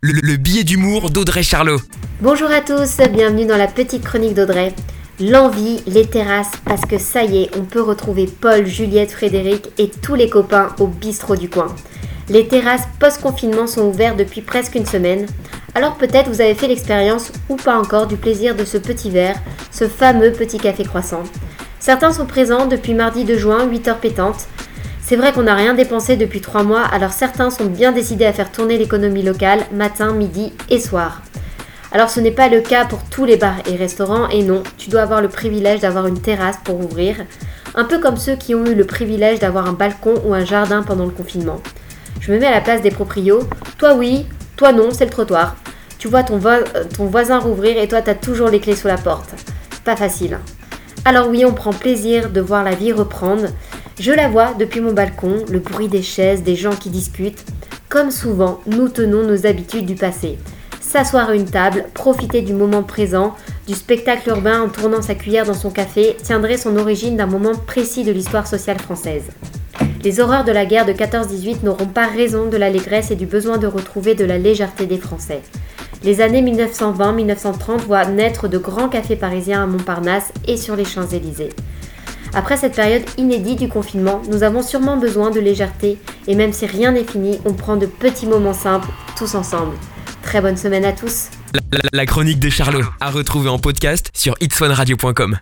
Le billet d'humour d'Audrey Charlot. Bonjour à tous, bienvenue dans la petite chronique d'Audrey. L'envie, les terrasses, parce que ça y est, on peut retrouver Paul, Juliette, Frédéric et tous les copains au bistrot du coin. Les terrasses post-confinement sont ouvertes depuis presque une semaine. Alors peut-être vous avez fait l'expérience, ou pas encore, du plaisir de ce petit verre, ce fameux petit café croissant. Certains sont présents depuis mardi 2 juin, 8h pétantes. C'est vrai qu'on n'a rien dépensé depuis 3 mois, alors certains sont bien décidés à faire tourner l'économie locale, matin, midi et soir. Alors ce n'est pas le cas pour tous les bars et restaurants, et non, tu dois avoir le privilège d'avoir une terrasse pour ouvrir, un peu comme ceux qui ont eu le privilège d'avoir un balcon ou un jardin pendant le confinement. Je me mets à la place des proprios, toi oui, toi non, c'est le trottoir. Tu vois ton voisin rouvrir et toi t'as toujours les clés sous la porte. C'est pas facile. Alors oui, on prend plaisir de voir la vie reprendre. Je la vois depuis mon balcon, le bruit des chaises, des gens qui discutent. Comme souvent, nous tenons nos habitudes du passé. S'asseoir à une table, profiter du moment présent, du spectacle urbain en tournant sa cuillère dans son café, tiendrait son origine d'un moment précis de l'histoire sociale française. Les horreurs de la guerre de 14-18 n'auront pas raison de l'allégresse et du besoin de retrouver de la légèreté des Français. Les années 1920-1930 voient naître de grands cafés parisiens à Montparnasse et sur les Champs-Élysées. Après cette période inédite du confinement, nous avons sûrement besoin de légèreté et même si rien n'est fini, on prend de petits moments simples, tous ensemble. Très bonne semaine à tous. La chronique de Charlot, à retrouver en podcast sur itswanradio.com.